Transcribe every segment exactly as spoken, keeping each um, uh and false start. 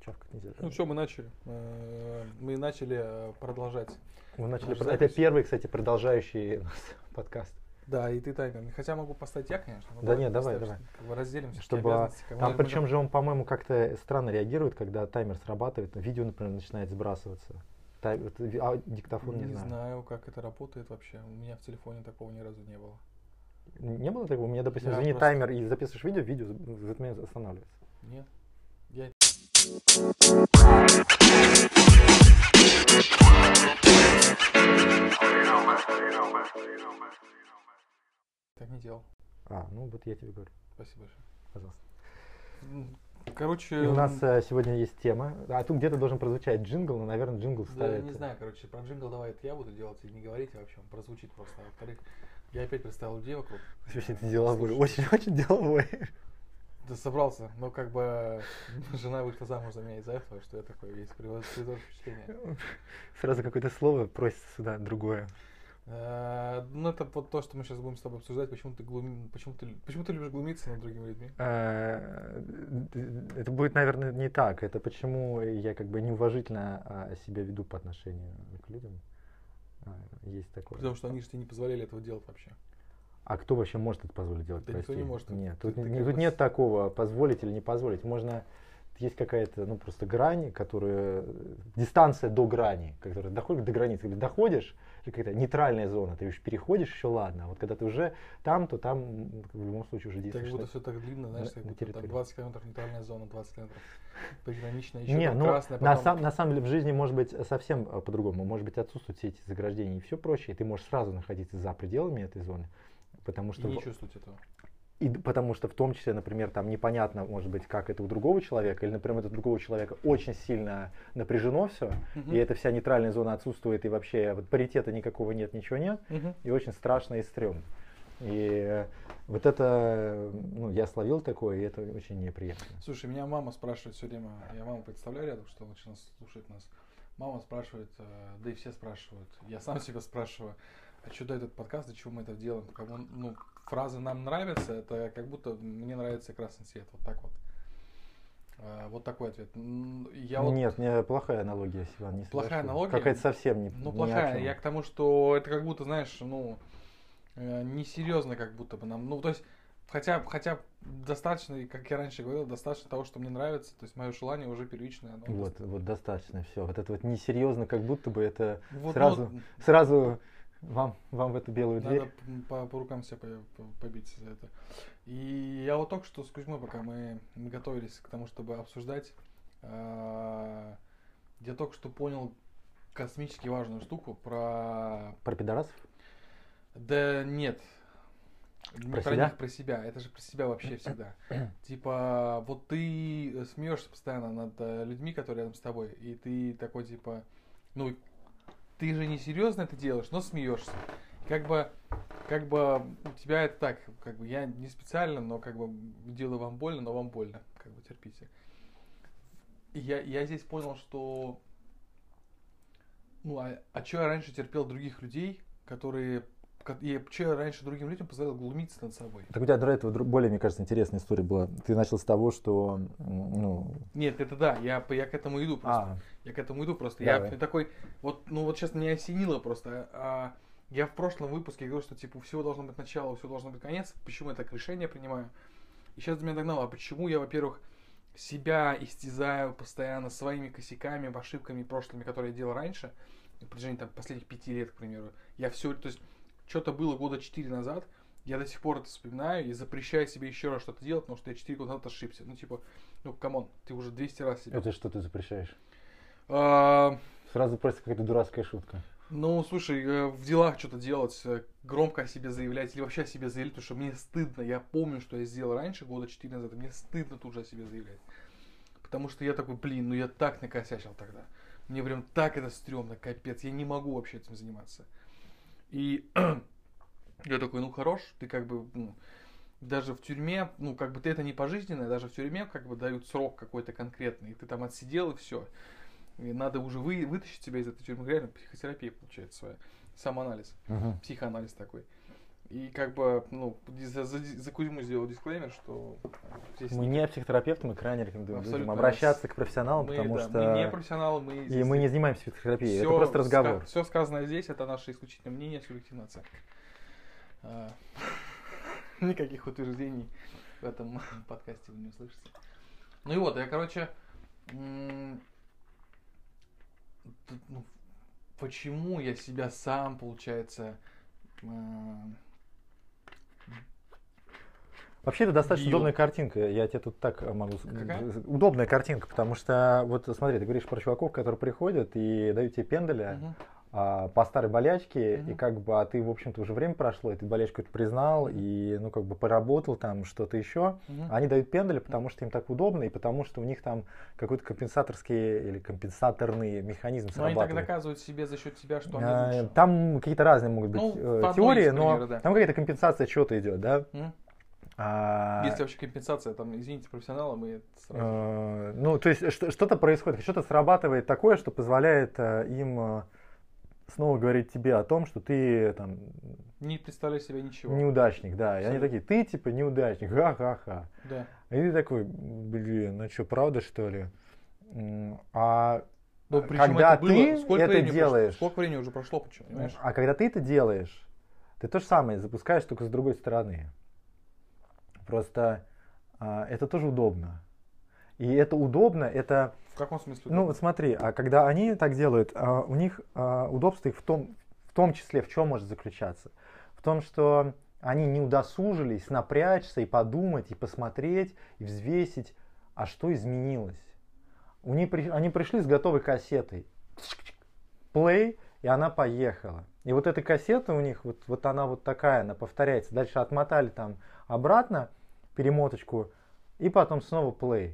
чавкать нельзя. Ну все, мы начали. Мы начали продолжать. Мы начали. Про... Это первый, кстати, продолжающий подкаст. Да, и ты таймер. Хотя могу поставить я, конечно. Да нет, давай, давай. Как бы разделимся. Чтобы... Там причем же он, по-моему, как-то странно реагирует, когда таймер срабатывает. Видео, например, начинает сбрасываться. Тай... А диктофон не, не знаю. Не знаю, как это работает вообще. У меня в телефоне такого ни разу не было. Не было такого? У меня, допустим, я звонит просто... таймер и записываешь видео, видео в этот момент останавливается. Нет. Я... Так не делал. А, ну вот я тебе говорю. Спасибо большое. Пожалуйста. Короче... И у нас а, сегодня есть тема. А тут где-то должен прозвучать джингл, но, наверное, джингл ставит. Да, я не знаю, короче, про джингл давай это я буду делать и не говорите вообще, он прозвучит просто. А во-вторых, я опять представил людей вокруг. Вообще ты деловой, очень-очень деловой. Да собрался, но как бы жена вышла замуж за меня из-за этого, что я такой весь производит впечатление. Сразу какое-то слово просится сюда, другое. А, ну это вот то, что мы сейчас будем с тобой обсуждать, почему ты глуми, почему ты, почему ты любишь глумиться над другими людьми? А, это будет, наверное, не так. Это почему я как бы неуважительно себя веду по отношению к людям. Есть такое. Потому что они же тебе не позволяли этого делать вообще. А кто вообще может это позволить делать? Да никто не может. Нет, ты, тут, ты, не, ты тут нет такого, позволить или не позволить. Можно, есть какая-то, ну, просто грань, которая, дистанция до грани, которая доходит до границы. Когда доходишь, какая-то нейтральная зона, ты уже переходишь, еще ладно. А вот когда ты уже там, то там в любом случае уже действуешь. Так будто все так длинно, знаешь, как будто там двадцать километров нейтральная зона, двадцать километров приграничная, еще не, там ну, красная. Потом... На, сам, потом... на самом деле в жизни может быть совсем по-другому. Может быть отсутствуют все эти заграждения и все прочее. И ты можешь сразу находиться за пределами этой зоны. Потому что... И не чувствовать этого. И потому что в том числе, например, там непонятно, может быть, как это у другого человека, или, например, у другого человека очень сильно напряжено все, uh-huh. и эта вся нейтральная зона отсутствует, и вообще вот, паритета никакого нет, ничего нет, uh-huh. и очень страшно и стрёмно. И вот это, ну, я словил такое, и это очень неприятно. Слушай, меня мама спрашивает все время, я маму представляю рядом, что начала слушать нас. Мама спрашивает, да и все спрашивают, я сам себя спрашиваю, а что да этот подкаст, для чего мы это делаем? Как бы, ну, фраза «нам нравится», это как будто «мне нравится красный цвет», вот так вот. А, вот такой ответ. Я Нет, вот... не плохая аналогия, Сиван, не Плохая соглашусь. аналогия? Какая-то совсем не Ну, ни плохая, я к тому, что это как будто, знаешь, ну, несерьезно как будто бы нам, ну, то есть, хотя, хотя достаточно, как я раньше говорил, достаточно того, что мне нравится, то есть мое желание уже первичное. Оно вот, достаточно. Вот достаточно, все. Вот это вот несерьезно, как будто бы это вот, сразу, ну, сразу вам, вам в эту белую надо дверь. по, по рукам себя побить за это. И я вот только что с Кузьмой, пока мы, мы готовились к тому, чтобы обсуждать, э, я только что понял космически важную штуку про... Про пидорасов? Да нет. Не про про себя? них, про себя. Это же про себя вообще всегда. Типа, вот ты смеешься постоянно над людьми, которые рядом с тобой, и ты такой, типа, ну, ты же не серьезно это делаешь, но смеешься. Как бы, как бы у тебя это так, как бы я не специально, но как бы делаю вам больно, но вам больно. Как бы терпите. И я, я здесь понял, что ну, а, а что я раньше терпел других людей, которые... И что я раньше другим людям позволял глумиться над собой. Так у тебя до этого более, мне кажется, интересная история была. Ты начал с того, что... Ну... Нет, это да, я, я к этому иду просто. А. Я к этому иду просто. Давай. Я такой, вот, ну вот сейчас меня осенило просто. А, я в прошлом выпуске говорил, что типа у всего должно быть начало, у всего должно быть конец. Почему я так решение принимаю? И сейчас до меня догнало, а почему я, во-первых, себя истязаю постоянно своими косяками, ошибками прошлыми, которые я делал раньше, на протяжении там, последних пяти лет, к примеру. Я все, то есть... Что-то было года четыре назад, я до сих пор это вспоминаю и запрещаю себе еще раз что-то делать, потому что я четыре года назад ошибся. Ну, типа, ну, камон, ты уже двести раз себе... Это что ты запрещаешь? А... Сразу просто какая-то дурацкая шутка. Ну, слушай, в делах что-то делать, громко о себе заявлять или вообще о себе заявлять, потому что мне стыдно. Я помню, что я сделал раньше, года четыре назад, и мне стыдно тут же о себе заявлять. Потому что я такой, блин, ну я так накосячил тогда. Мне прям так это стрёмно, капец, я не могу вообще этим заниматься. И я такой, ну хорош, ты как бы, ну, даже в тюрьме, ну как бы ты это не пожизненное, даже в тюрьме как бы дают срок какой-то конкретный, и ты там отсидел и все. И надо уже вы, вытащить себя из этой тюрьмы, реально психотерапия получается своя, самоанализ, uh-huh. психоанализ такой. И как бы, ну, за, за, за Кузьму сделал дисклеймер, что здесь... Мы не психотерапевты, мы крайне рекомендуем Абсолютно. людям обращаться к профессионалам, мы, потому да, что... Мы не профессионалы, мы... И мы не занимаемся психотерапией, это просто разговор. Ска- все сказанное здесь, это наше исключительное мнение, субъективная оценка. А, никаких утверждений в этом подкасте вы не услышите. Ну и вот, я, короче... М- ну, почему я себя сам, получается... М- Вообще это достаточно Бью. удобная картинка, я тебе тут так могу сказать. Какая? Удобная картинка, потому что, вот смотри, ты говоришь про чуваков, которые приходят и дают тебе пенделя Угу. а, по старой болячке, Мгм. и как бы, а ты, в общем-то, уже время прошло, и ты болячку эту признал, и, ну, как бы поработал там что-то еще. Мгм. Они дают пенделя, потому что им так удобно, и потому что у них там какой-то компенсаторский или компенсаторный механизм Но они так срабатывает. доказывают себе за счет себя, что они А, лучше. Там какие-то разные могут быть Ну, э, по одной теории, из но примеров, да. там какая-то компенсация чего-то идет, да? М? А, Если вообще компенсация, там, извините, профессионала, мы это сразу... э, ну, то есть что- что-то происходит, что-то срабатывает такое, что позволяет э, им э, снова говорить тебе о том, что ты там Не представляю себе ничего. неудачник, да. И они Абсолютно. такие, ты типа неудачник, ха-ха-ха. Да. И ты такой, блин, ну что, правда что ли? М, А Но причем когда это было- ты сколько это времени делаешь, Прошло, сколько времени уже прошло, почему, понимаешь? а когда ты это делаешь, ты то же самое запускаешь, только с другой стороны. Просто а, это тоже удобно. И это удобно, это, В каком смысле? ну удобно? вот смотри, а когда они так делают, а, у них а, удобство их в том, в том числе в чем может заключаться? В том, что они не удосужились напрячься и подумать, и посмотреть, и взвесить, а что изменилось. У них, при- они пришли с готовой кассетой. Play, и она поехала. И вот эта кассета у них, вот, вот она вот такая, она повторяется. Дальше отмотали там обратно перемоточку, и потом снова play.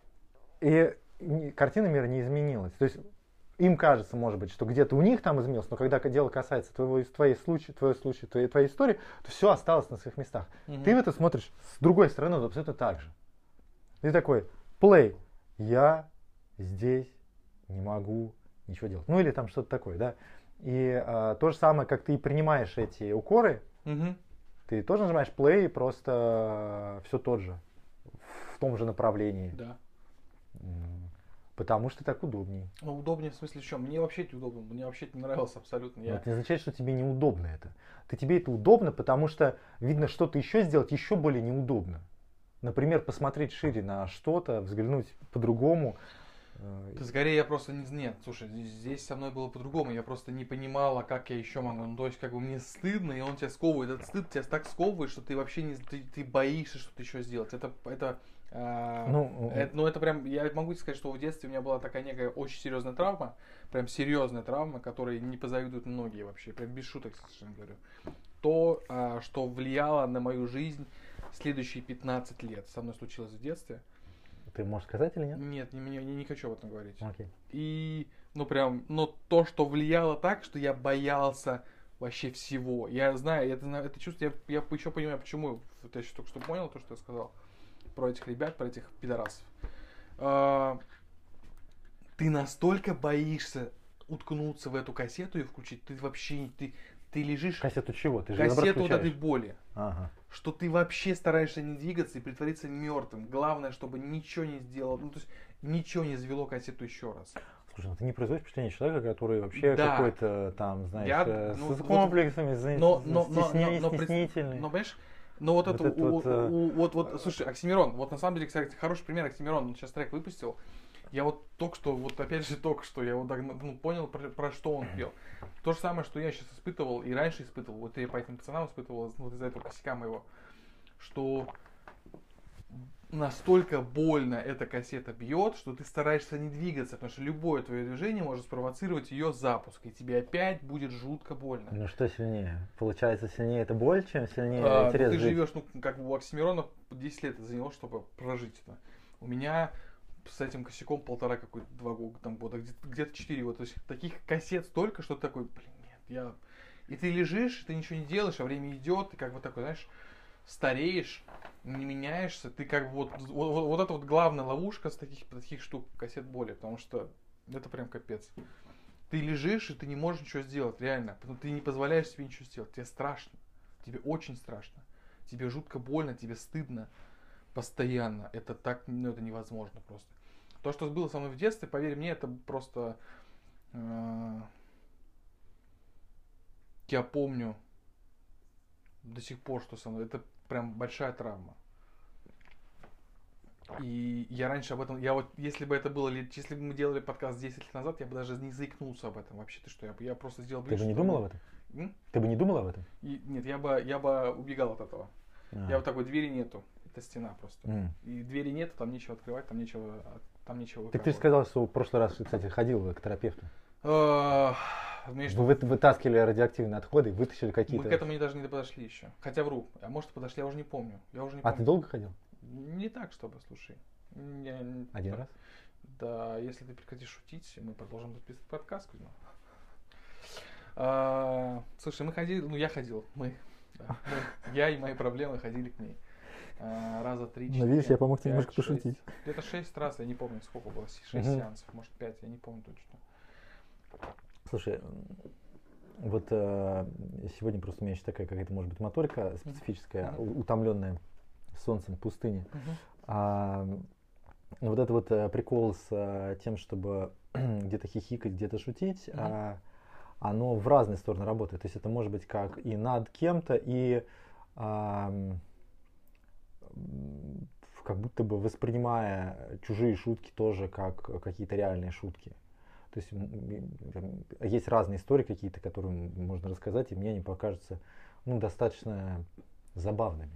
И не- картина мира не изменилась. То есть им кажется, может быть, что где-то у них там изменилось, но когда дело касается твоего, твоей случая, твоего случая, твоей, твоей истории, то все осталось на своих местах. Мгм. Ты в это смотришь с другой стороны, вот абсолютно так же. Ты такой, play, я здесь не могу ничего делать. Ну или там что-то такое, да. И а, то же самое, как ты принимаешь эти укоры, Мгм. ты тоже нажимаешь play, просто все тот же, в том же направлении. Да. М, Потому что так удобнее. Ну, удобнее в смысле в чем? Мне вообще это удобно, мне вообще это не нравилось абсолютно. Но Я... это не означает, что тебе неудобно это. Ты, тебе это удобно, потому что, видно, что-то еще сделать еще более неудобно. Например, посмотреть шире на что-то, взглянуть по-другому. Э, Да скорее я просто не... Нет, слушай, здесь- здесь со мной было по-другому. Я просто не понимала, как я еще могу. Ну, то есть, как бы мне стыдно, и он тебя сковывает. Этот стыд тебя так сковывает, что ты вообще не... Ты, ты боишься что-то еще сделать. Это... это а, Ну, это, ну, это прям... Я могу сказать, что в детстве у меня была такая некая очень серьезная травма. Прям серьезная травма, которой не позавидуют многие вообще. Прям без шуток совершенно говорю. То, а, что влияло на мою жизнь следующие пятнадцать лет. Со мной случилось в детстве. Ты можешь сказать или нет? Нет, не, не, не хочу об этом говорить. Окей. И, ну прям, ну то, что влияло так, что я боялся вообще всего. Я знаю, это, это чувство, я, я еще понимаю, почему. Вот я еще только что понял то, что я сказал про этих ребят, про этих пидорасов. А, ты настолько боишься уткнуться в эту кассету и включить, ты вообще, ты, ты лежишь... Кассету чего? Ты же её, наоборот, Кассету вот этой включаешь. боли. Ага. Что ты вообще стараешься не двигаться и притвориться мертвым. Главное, чтобы ничего не сделал. Ну, то есть ничего не завело кассету еще раз. Слушай, ну ты не производишь впечатление человека, который вообще Да. какой-то там, знаешь, Я, э, ну, с вот- комплексами, зна- Но, но, но, стесня- но, но, пред- стеснительный. но, понимаешь, но вот, Вот это, это у- вот, у- э, у- вот, вот, слушай, Оксимирон, вот на самом деле, кстати, хороший пример Оксимирон, он сейчас трек выпустил. Я вот только что, вот опять же только что, я вот так, ну, понял, про, про что он пел. То же самое, что я сейчас испытывал и раньше испытывал, вот я по этим пацанам испытывал, ну, вот из-за этого косяка моего, что настолько больно эта кассета бьет, что ты стараешься не двигаться, потому что любое твое движение может спровоцировать ее запуск, и тебе опять будет жутко больно. Ну что сильнее? Получается, сильнее это боль, чем сильнее А, ну, интерес ты жить? живешь, ну, как бы у Оксимирона десять лет заняло, чтобы прожить это. У меня с этим косяком полтора какой-то, два года, там, года, где-то, где-то четыре года. То есть таких кассет столько, что ты такой, блин, нет, я... И ты лежишь, ты ничего не делаешь, а время идет, ты как бы такой, знаешь, стареешь, не меняешься, ты как бы вот, вот, вот это вот главная ловушка с таких, таких штук, кассет боли, потому что это прям капец. Ты лежишь, и ты не можешь ничего сделать, реально. Потому что ты не позволяешь себе ничего сделать, тебе страшно. Тебе очень страшно. Тебе жутко больно, тебе стыдно постоянно. Это так, ну это невозможно просто. То, что было со мной в детстве, поверь мне, это просто... Э, я помню до сих пор, что со мной. Это прям большая травма. И я раньше об этом... Я вот, если бы это было... Если бы мы делали подкаст десять лет назад, я бы даже не заикнулся об этом вообще. Ты что? Я, я просто сделал... Ты бы не думал об этом? М? Ты бы не думал об этом? И, нет, я бы, я бы убегал от этого. А. Я вот такой, двери нету. Это стена просто. Mm. И двери нету, там нечего открывать, там нечего... Там нечего так ты же сказал, что в прошлый раз, кстати, ходил к терапевту. Вы вытаскивали радиоактивные отходы, вытащили какие-то... Мы к этому даже не подошли еще. Хотя вру. А может подошли, я уже не помню. Я уже не а помню. ты долго ходил? Не так, чтобы, слушай. Я... Один раз? Да, если ты прекратишь шутить, мы продолжим записывать подкаст, Кузьма. А, слушай, мы ходили, ну я ходил, мы, да, мы, я и мои проблемы ходили к ней а, раза три, четыре. Ну видишь, я помог тебе немножко пошутить. Где-то шесть раз, я не помню, сколько было, шесть угу. сеансов, может пять, я не помню точно. Слушай, вот э, сегодня просто у меня еще такая какая-то, может быть, моторика специфическая, uh-huh. утомленная солнцем пустыни. Uh-huh. А, вот это вот э, прикол с э, тем, чтобы где-то хихикать, где-то шутить, uh-huh. а, оно в разные стороны работает. То есть это может быть как и над кем-то, и а, как будто бы воспринимая чужие шутки тоже как какие-то реальные шутки. То есть есть разные истории какие-то, которые можно рассказать, и мне они покажутся ну, достаточно забавными.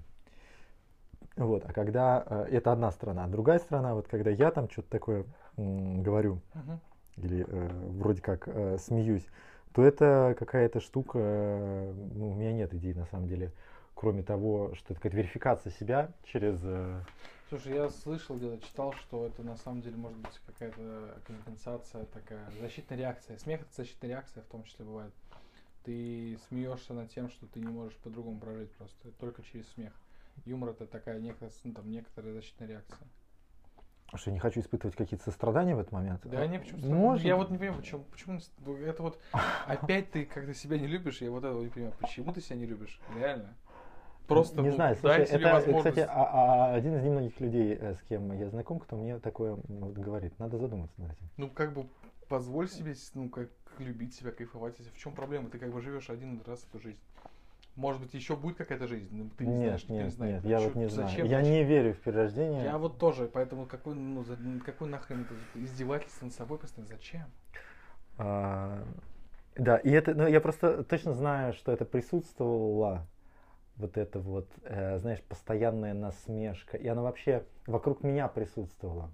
Вот. А когда э, это одна сторона, а другая сторона, вот когда я там что-то такое м, говорю uh-huh. или э, вроде как э, смеюсь, то это какая-то штука, э, ну, у меня нет идей на самом деле, кроме того, что это какая-то верификация себя через... Э, Слушай, я слышал, где-то читал, что это на самом деле может быть какая-то компенсация, такая защитная реакция. Смех — это защитная реакция, в том числе бывает. Ты смеешься над тем, что ты не можешь по-другому прожить просто, только через смех. Юмор — это такая некая, ну, там, некоторая защитная реакция. Что, я не хочу испытывать какие-то сострадания в этот момент? Да, не почему. Может. Я вот не понимаю, почему, почему это вот опять ты как-то себя не любишь, я вот это вот не понимаю, почему ты себя не любишь, реально. Просто, не ну, знаю, дай слушай, себе это, возможность... кстати, а, а, один из немногих людей, с кем я знаком, кто мне такое вот говорит. Надо задуматься над этим. Ну, как бы, позволь себе, ну, как любить себя, кайфовать. В чем проблема? Ты как бы живешь один раз эту жизнь. Может быть, еще будет какая-то жизнь, но ты не нет, знаешь, нет, ты не знаешь. Нет, я вот не зачем, знаю. Я не верю в перерождение. Я вот тоже, поэтому какой, ну, за, какой нахрен это издевательство над собой постоянно? Зачем? А, да, и это, ну, я просто точно знаю, что это присутствовало. Вот это вот, э, знаешь, постоянная насмешка. И она вообще вокруг меня присутствовала.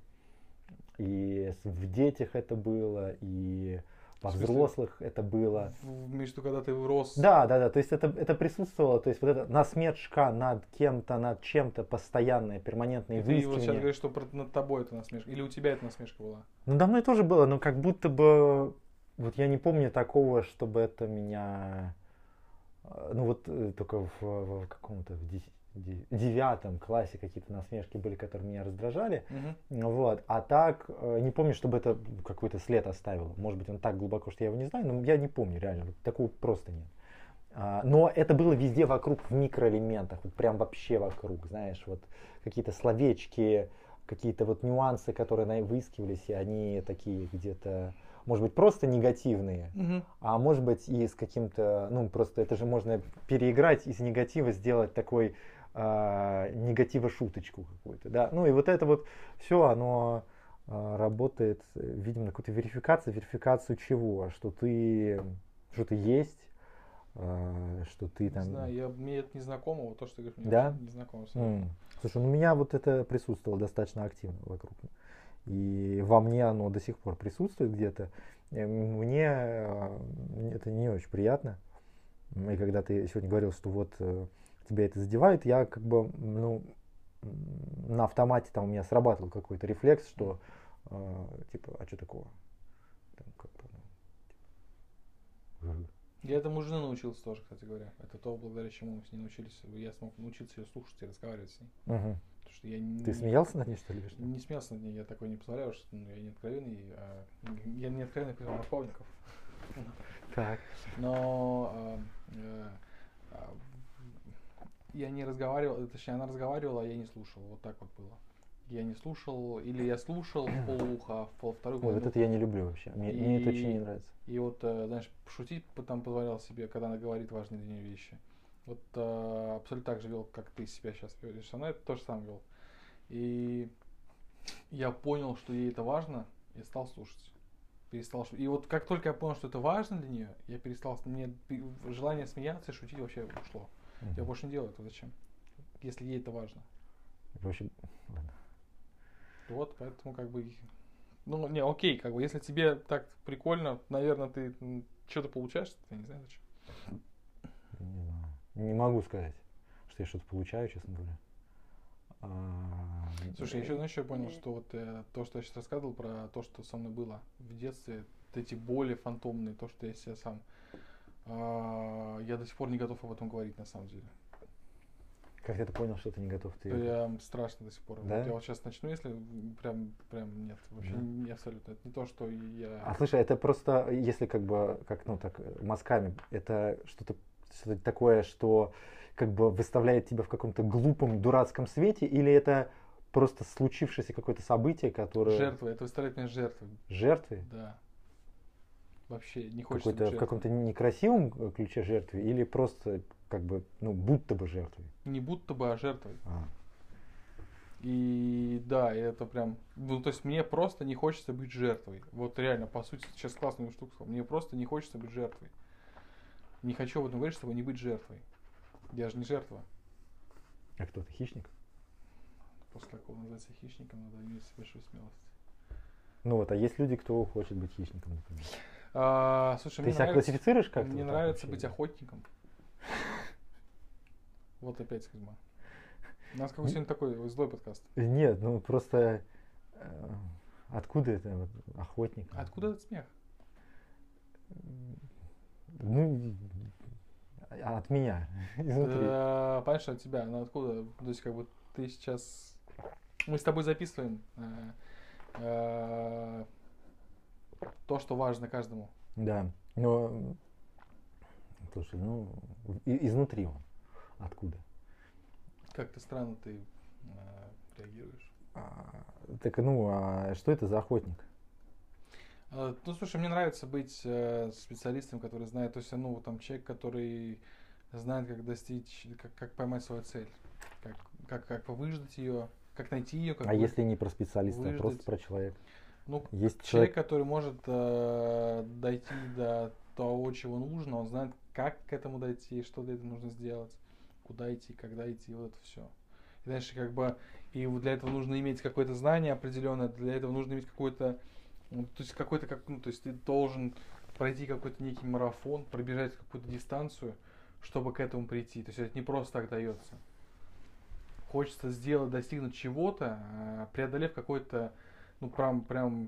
И в детях это было, и во взрослых это было. Между когда ты рос. Да, да, да. То есть это, это присутствовало. То есть вот эта насмешка над кем-то, над чем-то, постоянная, перманентная. И ты вот сейчас говоришь, что над тобой это насмешка. Или у тебя эта насмешка была? Ну, надо мной тоже было, но как будто бы... Вот я не помню такого, чтобы это меня... Ну вот только в, в каком-то в девятом классе какие-то насмешки были, которые меня раздражали. Uh-huh. Вот. А так не помню, чтобы это какой-то след оставило. Может быть, он так глубоко, что я его не знаю, но я не помню реально. Вот такого просто нет. Но это было везде вокруг, в микроэлементах, вот прям вообще вокруг, знаешь, вот какие-то словечки, какие-то вот нюансы, которые выискивались, и они такие где-то... Может быть, просто негативные, uh-huh. а может быть и с каким-то, ну просто это же можно переиграть из негатива, сделать такой э, негативо-шуточку какую-то, да. Ну и вот это вот все, оно э, работает, видимо, на какую-то верификацию, верификацию чего, что ты, что ты есть, э, что ты там. Не знаю, я, мне это не знакомо, вот то, что ты говоришь, мне да? не знакомо. Mm. Слушай, ну у меня вот это присутствовало достаточно активно вокруг. И во мне оно до сих пор присутствует где-то. Мне это не очень приятно. И когда ты сегодня говорил, что вот тебя это задевает, я как бы, ну, на автомате там у меня срабатывал какой-то рефлекс, что э, типа, а что такого? Там, как-то, ну, я этому жены научился тоже, кстати говоря. Это то, благодаря чему мы с ней научились. Я смог научиться ее слушать и разговаривать с ней. Угу. Что я Ты не, смеялся над ней, что ли? Не, не смеялся над ней, я такой не позволяю, что ну, я не откровенный, а, я не откровенный прием напавников. Так. Но а, а, я не разговаривал, точнее, она разговаривала, а я не слушал. Вот так вот было. Я не слушал, или я слушал в полуха, а в пол второй Вот это я не люблю вообще. Мне, и, мне это очень не нравится. И вот, знаешь, пошутить там позволял себе, когда она говорит важные для нее вещи. Вот а, абсолютно так же вел, как ты себя сейчас ведешь со мной, это то же самое вел. И я понял, что ей это важно, и стал слушать. Перестал шутить. И вот как только я понял, что это важно для нее, я перестал, мне желание смеяться и шутить вообще ушло. Uh-huh. Я больше не делаю это. Зачем? Если ей это важно. В общем, ладно. Вот, поэтому как бы, ну, не, окей, как бы, если тебе так прикольно, наверное, ты что-то получаешь, я не знаю зачем. Не, не могу сказать, что я что-то получаю, честно говоря. А... Слушай, еще, знаешь, что я понял, что вот э, то, что я сейчас рассказывал про то, что со мной было в детстве, вот эти боли фантомные, то, что я себе сам, э, я до сих пор не готов об этом говорить, на самом деле. Как ты понял, что ты не готов? Ты... Прям страшно до сих пор. Да? Вот я вот сейчас начну, если прям, прям нет, вообще да. не абсолютно. Это не то, что я... А слушай, это просто, если как бы, как, ну так, мазками, это что-то, что-то такое, что как бы выставляет тебя в каком-то глупом, дурацком свете, или это просто случившееся какое-то событие, которое... Жертвы, это выставляет меня жертвой. Жертвой? Да. Вообще не хочется быть в каком-то некрасивом ключе жертве, или просто как бы, ну, будто бы жертвой? Не будто бы, а жертвой. А. И да, это прям, ну, то есть мне просто не хочется быть жертвой. Вот реально, по сути, сейчас классную штуку сказал. Мне просто не хочется быть жертвой. Не хочу об этом говорить, чтобы не быть жертвой. Я же не жертва. А кто ты, хищник? После такого называется хищником, надо иметь большую смелость. Ну вот, а есть люди, кто хочет быть хищником, например? А, слушай, ты мне себя нравится, классифицируешь как-то? Мне вот нравится быть охотником. Вот опять Кузьма. У нас какой сегодня такой злой подкаст? Нет, ну просто э, откуда это вот, охотник? Откуда этот смех? Ну, от меня, изнутри. Да, понимаешь, от тебя, ну откуда? То есть как бы ты сейчас... Мы с тобой записываем э, э, то, что важно каждому. Да, но, слушай, ну, и, изнутри он. Откуда? Как-то странно ты э, реагируешь. А, так, ну, а что это за охотник? А, ну, слушай, мне нравится быть э, специалистом, который знает, то есть, ну, там, человек, который знает, как достичь, как, как поймать свою цель, как, как, как выждать ее, как найти ее. Как а вы, если не про специалиста, выждать. а просто про человека? Ну, есть человек, человек, который может э, дойти до того, чего нужно, он знает, как к этому дойти, что для этого нужно сделать, куда идти, когда идти, вот это все. И дальше как бы, и для этого нужно иметь какое-то знание определенное, для этого нужно иметь какое-то, ну, то есть какой-то, как, ну, то есть ты должен пройти какой-то некий марафон, пробежать какую-то дистанцию, чтобы к этому прийти. То есть это не просто так дается. Хочется сделать, достигнуть чего-то, преодолев какой-то, ну, прям, прям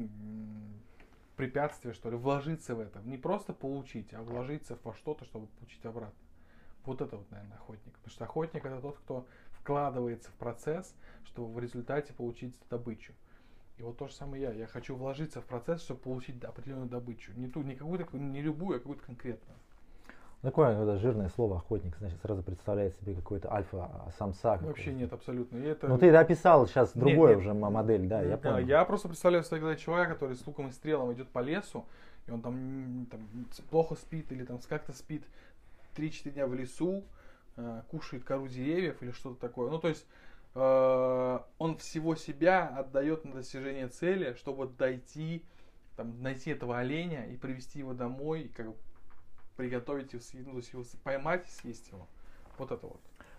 препятствие, что ли, вложиться в это. Не просто получить, а вложиться во что-то, чтобы получить обратно. Вот это вот, наверное, охотник. Потому что охотник — это тот, кто вкладывается в процесс, чтобы в результате получить добычу. И вот то же самое я. Я хочу вложиться в процесс, чтобы получить определенную добычу. Не ту, не какую-то, не любую, а какую-то конкретную. Такое вот, жирное слово охотник, значит, сразу представляет себе какой-то альфа-самца. Вообще нет, абсолютно. И это... Ну ты описал сейчас другое нет, уже нет, модель, да, я да, понял. Я просто представляю себе, когда человек, который с луком и стрелом идет по лесу, и он там, там плохо спит или там как-то спит три-четыре дня в лесу, э, кушает кору деревьев или что-то такое. Ну то есть э, он всего себя отдает на достижение цели, чтобы дойти, там, найти этого оленя и привести его домой, и как бы приготовить его, ну, то есть его поймать и съесть его. Вот это вот.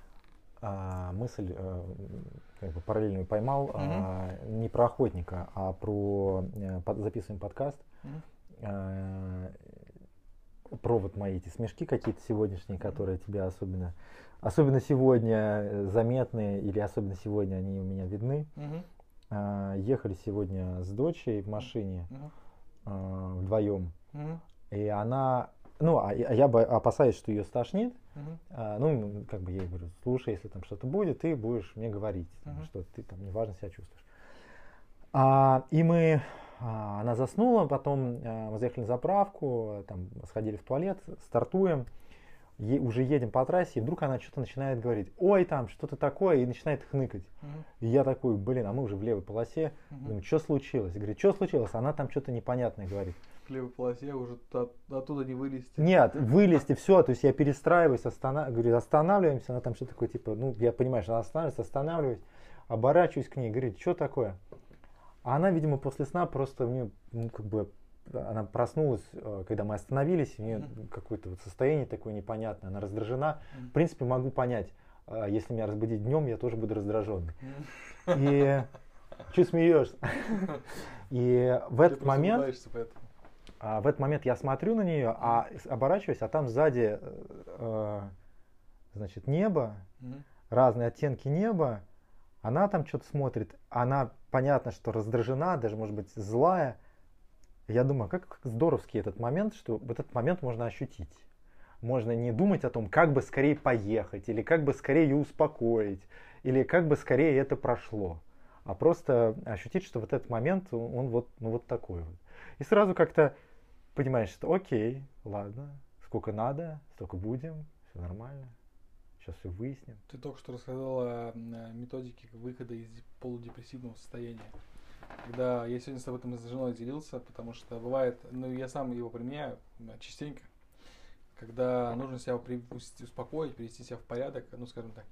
А, мысль э, как бы параллельную поймал, угу. а, не про охотника, а про э, под, записываем подкаст. Угу. А, про вот мои эти смешки какие-то сегодняшние, которые тебя особенно, особенно сегодня заметны, или особенно сегодня они у меня видны. Угу. А, ехали сегодня с дочей в машине угу. а, вдвоем, угу. и она, ну, а я, я опасаюсь, что ее стошнит. Uh-huh. А, ну, как бы я ей говорю, слушай, если там что-то будет, ты будешь мне говорить, там, uh-huh. что ты там неважно себя чувствуешь. А, и мы, а, она заснула, потом а, мы заехали на заправку, там, сходили в туалет, стартуем. е- уже едем по трассе, и вдруг она что-то начинает говорить, ой, там что-то такое, и начинает хныкать. Uh-huh. И я такой, блин, а мы уже в левой полосе, uh-huh. думаю, что случилось? И говорит, что случилось? Она там что-то непонятное говорит. В левой полосе уже от, оттуда не вылезти. Нет, вылезти, все, то есть я перестраиваюсь, останов... говорю, останавливаемся, она там что-то такое, типа, ну, я понимаю, что она останавливается, останавливаюсь, оборачиваюсь к ней, говорит, что такое? А она, видимо, после сна просто, мне, ну, как бы, она проснулась, когда мы остановились, у нее mm-hmm. какое-то вот состояние такое непонятное, она раздражена. Mm-hmm. В принципе, могу понять, если меня разбудить днем, я тоже буду раздраженный. Mm-hmm. И что смеешься? И в этот момент, в этот момент я смотрю на нее, а оборачиваюсь, а там сзади, значит, небо, разные оттенки неба. Она там что-то смотрит, она, понятно, что раздражена, даже, может быть, злая. Я думаю, как здоровский этот момент, что в этот момент можно ощутить. Можно не думать о том, как бы скорее поехать, или как бы скорее ее успокоить, или как бы скорее это прошло. А просто ощутить, что вот этот момент, он, он вот, ну, вот такой вот. И сразу как-то понимаешь, что окей, ладно, сколько надо, столько будем, все нормально. Сейчас все выясним. Ты только что рассказал о методике выхода из полудепрессивного состояния. Когда я сегодня с об этом с женой делился, потому что бывает, ну я сам его применяю частенько, когда нужно себя успокоить, привести себя в порядок, ну скажем так,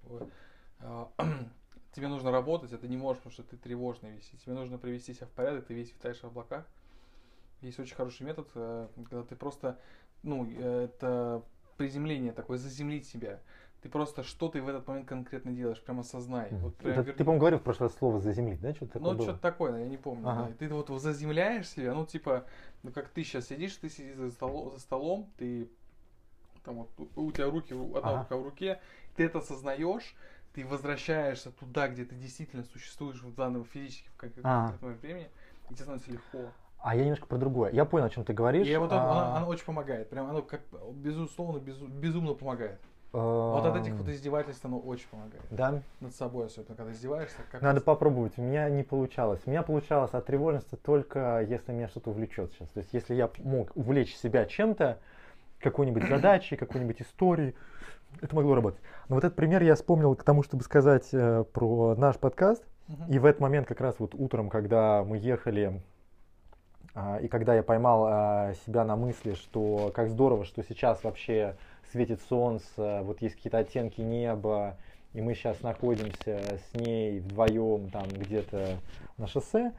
тебе нужно работать, а ты не можешь, потому что ты тревожный весь. Тебе нужно привести себя в порядок, ты весь витаешь в облаках. Есть очень хороший метод, когда ты просто, ну, это приземление такое, заземлить себя. Ты просто что ты в этот момент конкретно делаешь, прям осознай. Вот прям это, вер... Ты, по-моему, говорил в прошлый раз слово заземлить, да? Что-то такое ну, было? что-то такое, я не помню. Ага. Да. Ты вот заземляешь себя, ну, типа, ну, как ты сейчас сидишь, ты сидишь за, столом, за столом, ты, там вот, у тебя руки, одна ага. рука в руке, ты это осознаешь, ты возвращаешься туда, где ты действительно существуешь в данном физически, в конкретном ага. времени, и тебе становится легко. А я немножко про другое. Я понял, о чем ты говоришь. И вот а... оно, оно очень помогает. Прям оно как безусловно, безу, безумно помогает. Вот от этих вот издевательств оно очень помогает. Да? Над собой, особенно когда издеваешься. Как Надо попробовать. У меня не получалось. У меня получалось от тревожности только если меня что-то увлечет сейчас. То есть если я мог увлечь себя чем-то, какой-нибудь задачей, какой-нибудь историей, это могло работать. Но вот этот пример я вспомнил к тому, чтобы сказать э, про наш подкаст. Uh-huh. И в этот момент как раз вот утром, когда мы ехали, э, и когда я поймал э, себя на мысли, что как здорово, что сейчас вообще светит солнце, вот есть какие-то оттенки неба, и мы сейчас находимся с ней вдвоем там где-то на шоссе.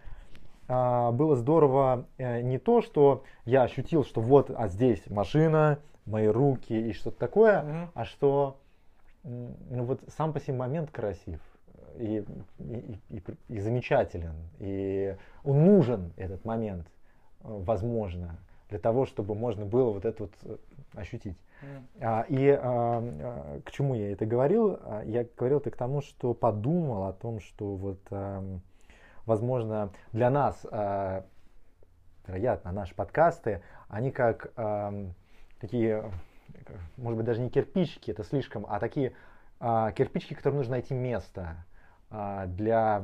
А, было здорово э, не то, что я ощутил, что вот, а здесь машина, мои руки и что-то такое, mm-hmm. а что ну, вот сам по себе момент красив и, и, и, и замечателен, и он нужен, этот момент, возможно, для того, чтобы можно было вот это вот ощутить. Mm. А, и а, а, к чему я это говорил? А, я говорил это к тому, что подумал о том, что вот, а, возможно, для нас, а, вероятно, наши подкасты, они как а, такие, может быть, даже не кирпичики, это слишком, а такие а, кирпичики, которым нужно найти место а, для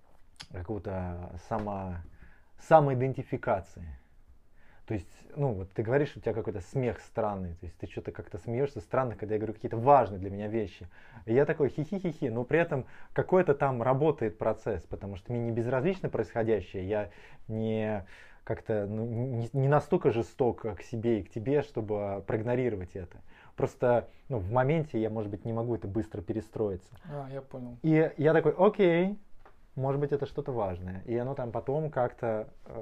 какого-то само, самоидентификации. То есть, ну, вот ты говоришь, у тебя какой-то смех странный, то есть ты что-то как-то смеешься странно, когда я говорю какие-то важные для меня вещи. И я такой хихи-хихи, но при этом какой-то там работает процесс, потому что мне не безразлично происходящее, я не как-то ну, не, не настолько жесток к себе и к тебе, чтобы проигнорировать это. Просто ну, в моменте я, может быть, не могу это быстро перестроиться. А, я понял. И я такой, окей, может быть, это что-то важное. И оно там потом как-то э,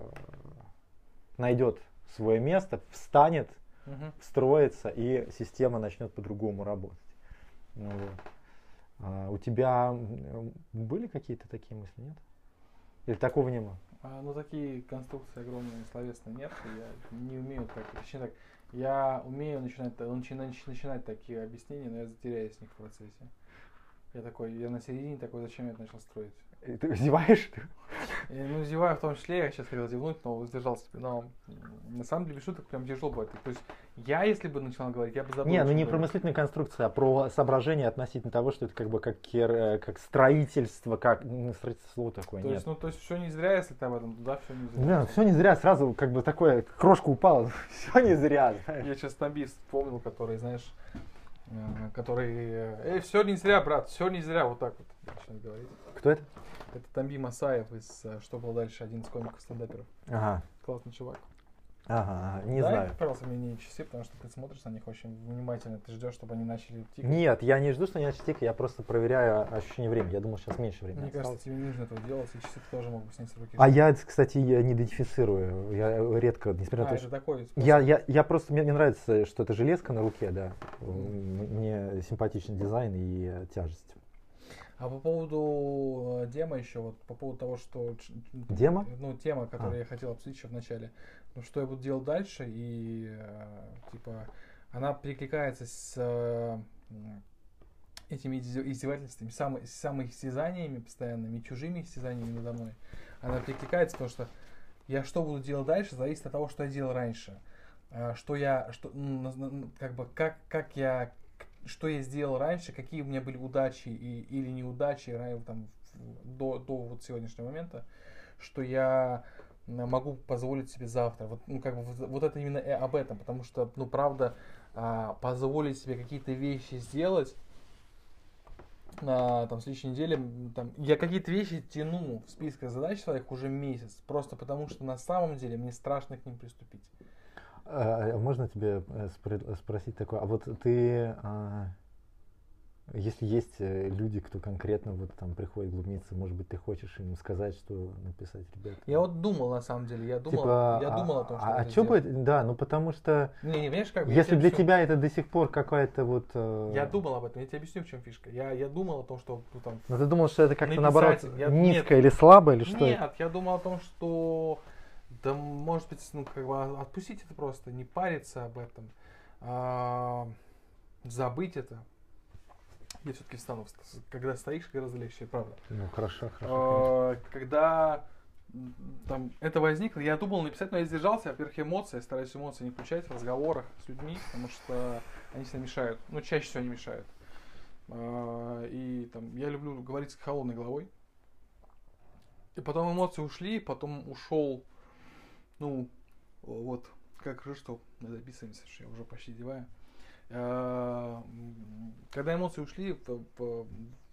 найдет свое место, встанет, угу. встроится, и система начнет по-другому работать. Ну, вот. А у тебя были какие-то такие мысли, нет? Или такого не было? А, ну, такие конструкции огромные, словесные нет. Я не умею так, точнее так, я умею начинать, начинать, начинать такие объяснения, но я затеряюсь в них в процессе. Я такой, я на середине такой, зачем я это начал строить? И ты зеваешь? И, ну, зеваю в том числе, я сейчас хотел зевнуть, но воздержался. Но на самом деле, без шуток, прям тяжело бывает. То есть я, если бы начинал говорить, я бы забыл. Не, ну не про мыслительную конструкцию, а про соображение относительно того, что это как бы как, как строительство, как ну, строительство слово такое. То нет. есть, ну, то есть все не зря, если ты об этом, да, все не зря. Да, все не зря, сразу как бы такое, крошка упала, все не зря. Знаешь. Я сейчас набист вспомнил, который, знаешь, который... Эй, все не зря, брат, все не зря, вот так вот начинает говорить. Кто это? Это Тамби Масаев из «Что было дальше», один из комиков-стендаперов. Ага. Классный чувак. Ага, не Дай, знаю. пожалуйста, мне не часы, потому что ты смотришь на них очень внимательно. Ты ждешь, чтобы они начали тикать. Нет, я не жду, что они начали тикать, я просто проверяю ощущение времени. Я думал, сейчас меньше времени Мне осталось. кажется, тебе не нужно этого делать, и часы ты тоже могут снять с руки. А я, кстати, я не идентифицирую. Я редко, несмотря а, на то, это такой я, я, я просто, мне, мне нравится, что это железка на руке, да. Mm. Мне симпатичен дизайн и э, тяжесть. А по поводу э, демо еще, вот по поводу того, что... Демо? Ну, тема, которую а. я хотел обсудить еще в начале. Ну, что я буду делать дальше, и, э, типа, она перекликается с э, этими издевательствами, само, самыми истязаниями постоянными, чужими истязаниями надо мной. Она перекликается, потому что я что буду делать дальше, зависит от того, что я делал раньше. Э, что я, что, ну, как бы, как, как я... что я сделал раньше, какие у меня были удачи и, или неудачи там, до, до вот сегодняшнего момента, что я могу позволить себе завтра. Вот, ну, как бы, вот это именно об этом, потому что, ну, правда, позволить себе какие-то вещи сделать на там, следующей неделе, там, я какие-то вещи тяну в списках задач своих уже месяц, просто потому что на самом деле мне страшно к ним приступить. А, можно тебе спросить такое, а вот ты, а, если есть люди, кто конкретно вот там приходит глубниться, может быть, ты хочешь им сказать, что написать, ребята? Я вот думал, на самом деле, я думал, типа, я а, думал о том, что а, а что бы, да, ну потому что, не, не, понимаешь, как бы, если для все... тебя это до сих пор какая-то вот... Э... Я думал об этом, я тебе объясню, в чем фишка. Я, я думал о том, что... Ну, там, но ты думал, что это как-то наоборот я... низкое Нет. или слабое, или что? Нет, это? я думал о том, что... Да, может быть, ну, как бы отпустить это просто, не париться об этом, а, забыть это. Я все-таки встану, когда стоишь, гораздо легче, правда. Ну, хорошо, хорошо. А, когда там, это возникло, я думал написать, но я сдержался. Во-первых, эмоции, я стараюсь эмоции не включать в разговорах с людьми, потому что они всегда мешают. Ну, чаще всего они мешают. А, и там, я люблю говорить с холодной головой. И потом эмоции ушли, потом ушел, ну, вот, как же что, мы записываемся, что я уже почти деваю. А, когда эмоции ушли, по, по,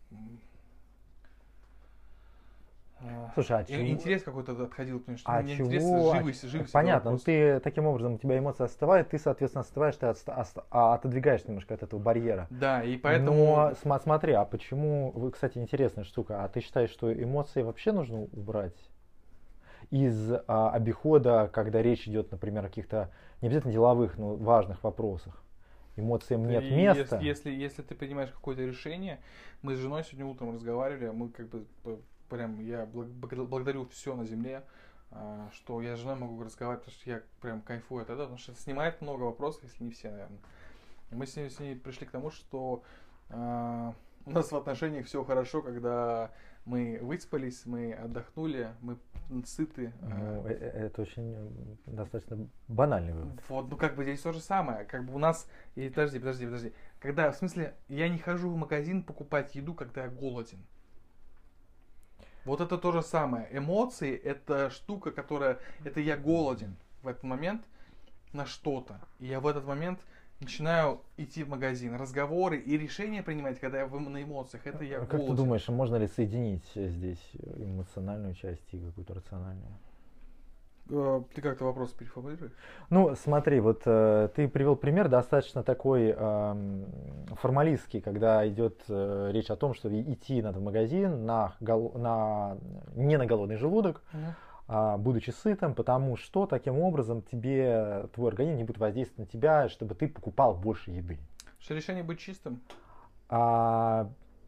слушай, а интерес чего? какой-то отходил, потому что а мне чего? интересно живость, живость. Понятно, ну ты таким образом, у тебя эмоции остывают, ты, соответственно, остываешь, ты отста- оста- а отодвигаешь немножко от этого барьера. Да, и поэтому... Но см- смотри, а почему, вы, кстати, интересная штука, а ты считаешь, что эмоции вообще нужно убрать из а, обихода, когда речь идет, например, о каких-то, не обязательно деловых, но важных вопросах? Эмоциям нет и места. Если, если, если ты принимаешь какое-то решение, мы с женой сегодня утром разговаривали, мы как бы прям, я благодарю все на земле, что я с женой могу разговаривать, потому что я прям кайфую от этого, потому что снимает много вопросов, если не все, наверное. И мы с ней, с ней пришли к тому, что э, у нас в отношениях все хорошо, когда мы выспались, мы отдохнули, мы сыты. Ну, это очень достаточно банальный вывод. Вот, ну как бы здесь то же самое. Как бы у нас. И, подожди, подожди, подожди. Когда, в смысле, я не хожу в магазин покупать еду, когда я голоден. Вот это то же самое. Эмоции это штука, которая. Это я голоден в этот момент на что-то. И я в этот момент начинаю идти в магазин. Разговоры и решения принимать, когда я на эмоциях, это я а голоден. Как ты думаешь, можно ли соединить здесь эмоциональную часть и какую-то рациональную? Ты как-то вопрос переформулируешь? Ну, смотри, вот э, ты привел пример достаточно такой э, формалистский, когда идет э, речь о том, что идти надо в магазин на, гол- на, не на голодный желудок, Uh-huh. а, будучи сытым, потому что таким образом тебе твой организм не будет воздействовать на тебя, чтобы ты покупал больше еды. Что решение быть чистым? А,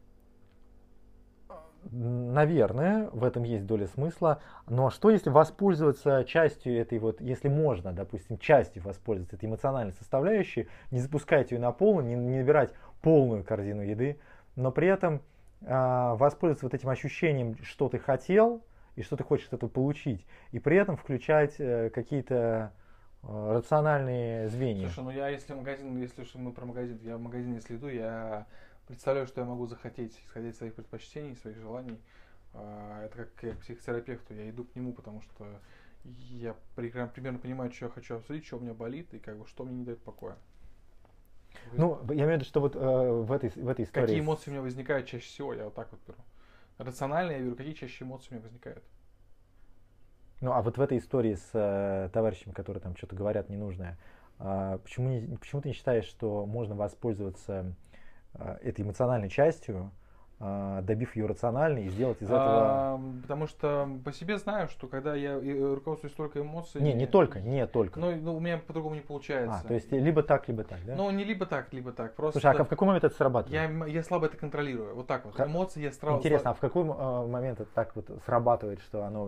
наверное, в этом есть доля смысла. Но что если воспользоваться частью этой вот, если можно, допустим, частью воспользоваться этой эмоциональной составляющей, не запускать ее на полную, не, не набирать полную корзину еды, но при этом а, воспользоваться вот этим ощущением, что ты хотел и что ты хочешь от этого получить, и при этом включать э, какие-то э, рациональные звенья. Слушай, ну я если магазин, если уж мы про магазин, я в магазин если иду, я представляю, что я могу захотеть, исходя из своих предпочтений, своих желаний. Это как я к психотерапевту, я иду к нему, потому что я примерно понимаю, что я хочу обсудить, что у меня болит и как бы что мне не дает покоя. Ну, я имею в виду, что вот э, в, этой, в этой истории... Какие эмоции у меня возникают чаще всего, я вот так вот беру. Рационально я беру, какие чаще эмоции у меня возникают. Ну, а вот в этой истории с э, товарищами, которые там что-то говорят ненужное, э, почему, не, почему ты не считаешь, что можно воспользоваться э, этой эмоциональной частью, э, добив ее рациональной и сделать из этого... А, потому что по себе знаю, что когда я руководствуюсь только эмоциями... Не, не только, не только. Ну, ну у меня по-другому не получается. А, то есть либо так, либо так, да? Ну, не либо так, либо так. Просто Слушай, а в какой момент это срабатывает? Я, я слабо это контролирую. Вот так вот. Как... Эмоции я сразу... Интересно, а в какой э, момент это так вот срабатывает, что оно...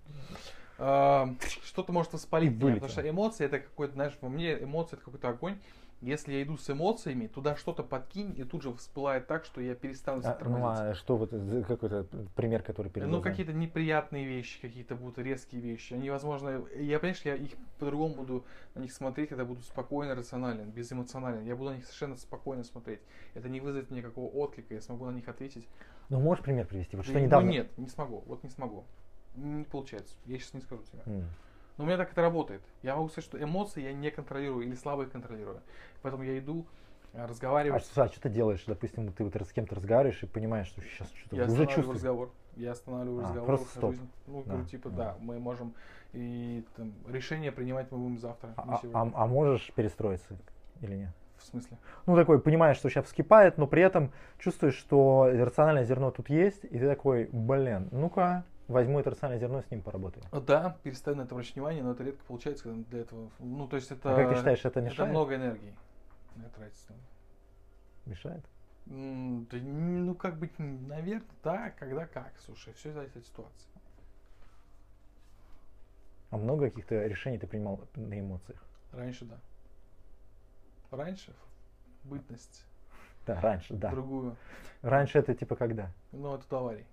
Что-то может воспалить меня, Вылетело. потому что эмоции это какой-то, знаешь, во мне эмоции это какой-то огонь. Если я иду с эмоциями, туда что-то подкинь, и тут же всплывает так, что я перестану себя а, тормозить. Ну а что вот, какой-то пример, который перед Ну какие-то неприятные вещи, какие-то будут резкие вещи. Они, возможно, я, понимаешь, я их по-другому буду на них смотреть, когда буду спокойно, рационален, безэмоционален. Я буду на них совершенно спокойно смотреть. Это не вызовет никакого отклика, я смогу на них ответить. Ну можешь пример привести? Вот что ну, недавно... нет, не смогу, вот не смогу. Не получается. Я сейчас не скажу тебе. Mm. Но у меня так это работает. Я могу сказать, что эмоции я не контролирую или слабо их контролирую. Поэтому я иду разговаривать. А что, а что ты делаешь? Допустим, ты вот с кем-то разговариваешь и понимаешь, что сейчас что-то я уже чувствую. разговор. Я останавливаю а, разговор. Просто стоп. Ну, да. говорю, типа, да. да, мы можем и там, решение принимать мы будем завтра. А, а, а можешь перестроиться или нет? В смысле? Ну, такой, понимаешь, что сейчас вскипает, но при этом чувствуешь, что рациональное зерно тут есть, и ты такой, блин, ну-ка, возьму это рациональное зерно, с ним поработаю. Да, перестаю на это обращать внимание, но это редко получается, когда для этого... Ну, то есть это... А как ты считаешь, это мешает? Это много энергии. На это тратится. Мешает? М, да, ну, как бы, наверное, да, когда как. Слушай, все зависит от ситуации. А много каких-то решений ты принимал на эмоциях? Раньше, да. Раньше, бытность. Да, раньше, да. Другую. Раньше это типа когда? Ну, это до аварии.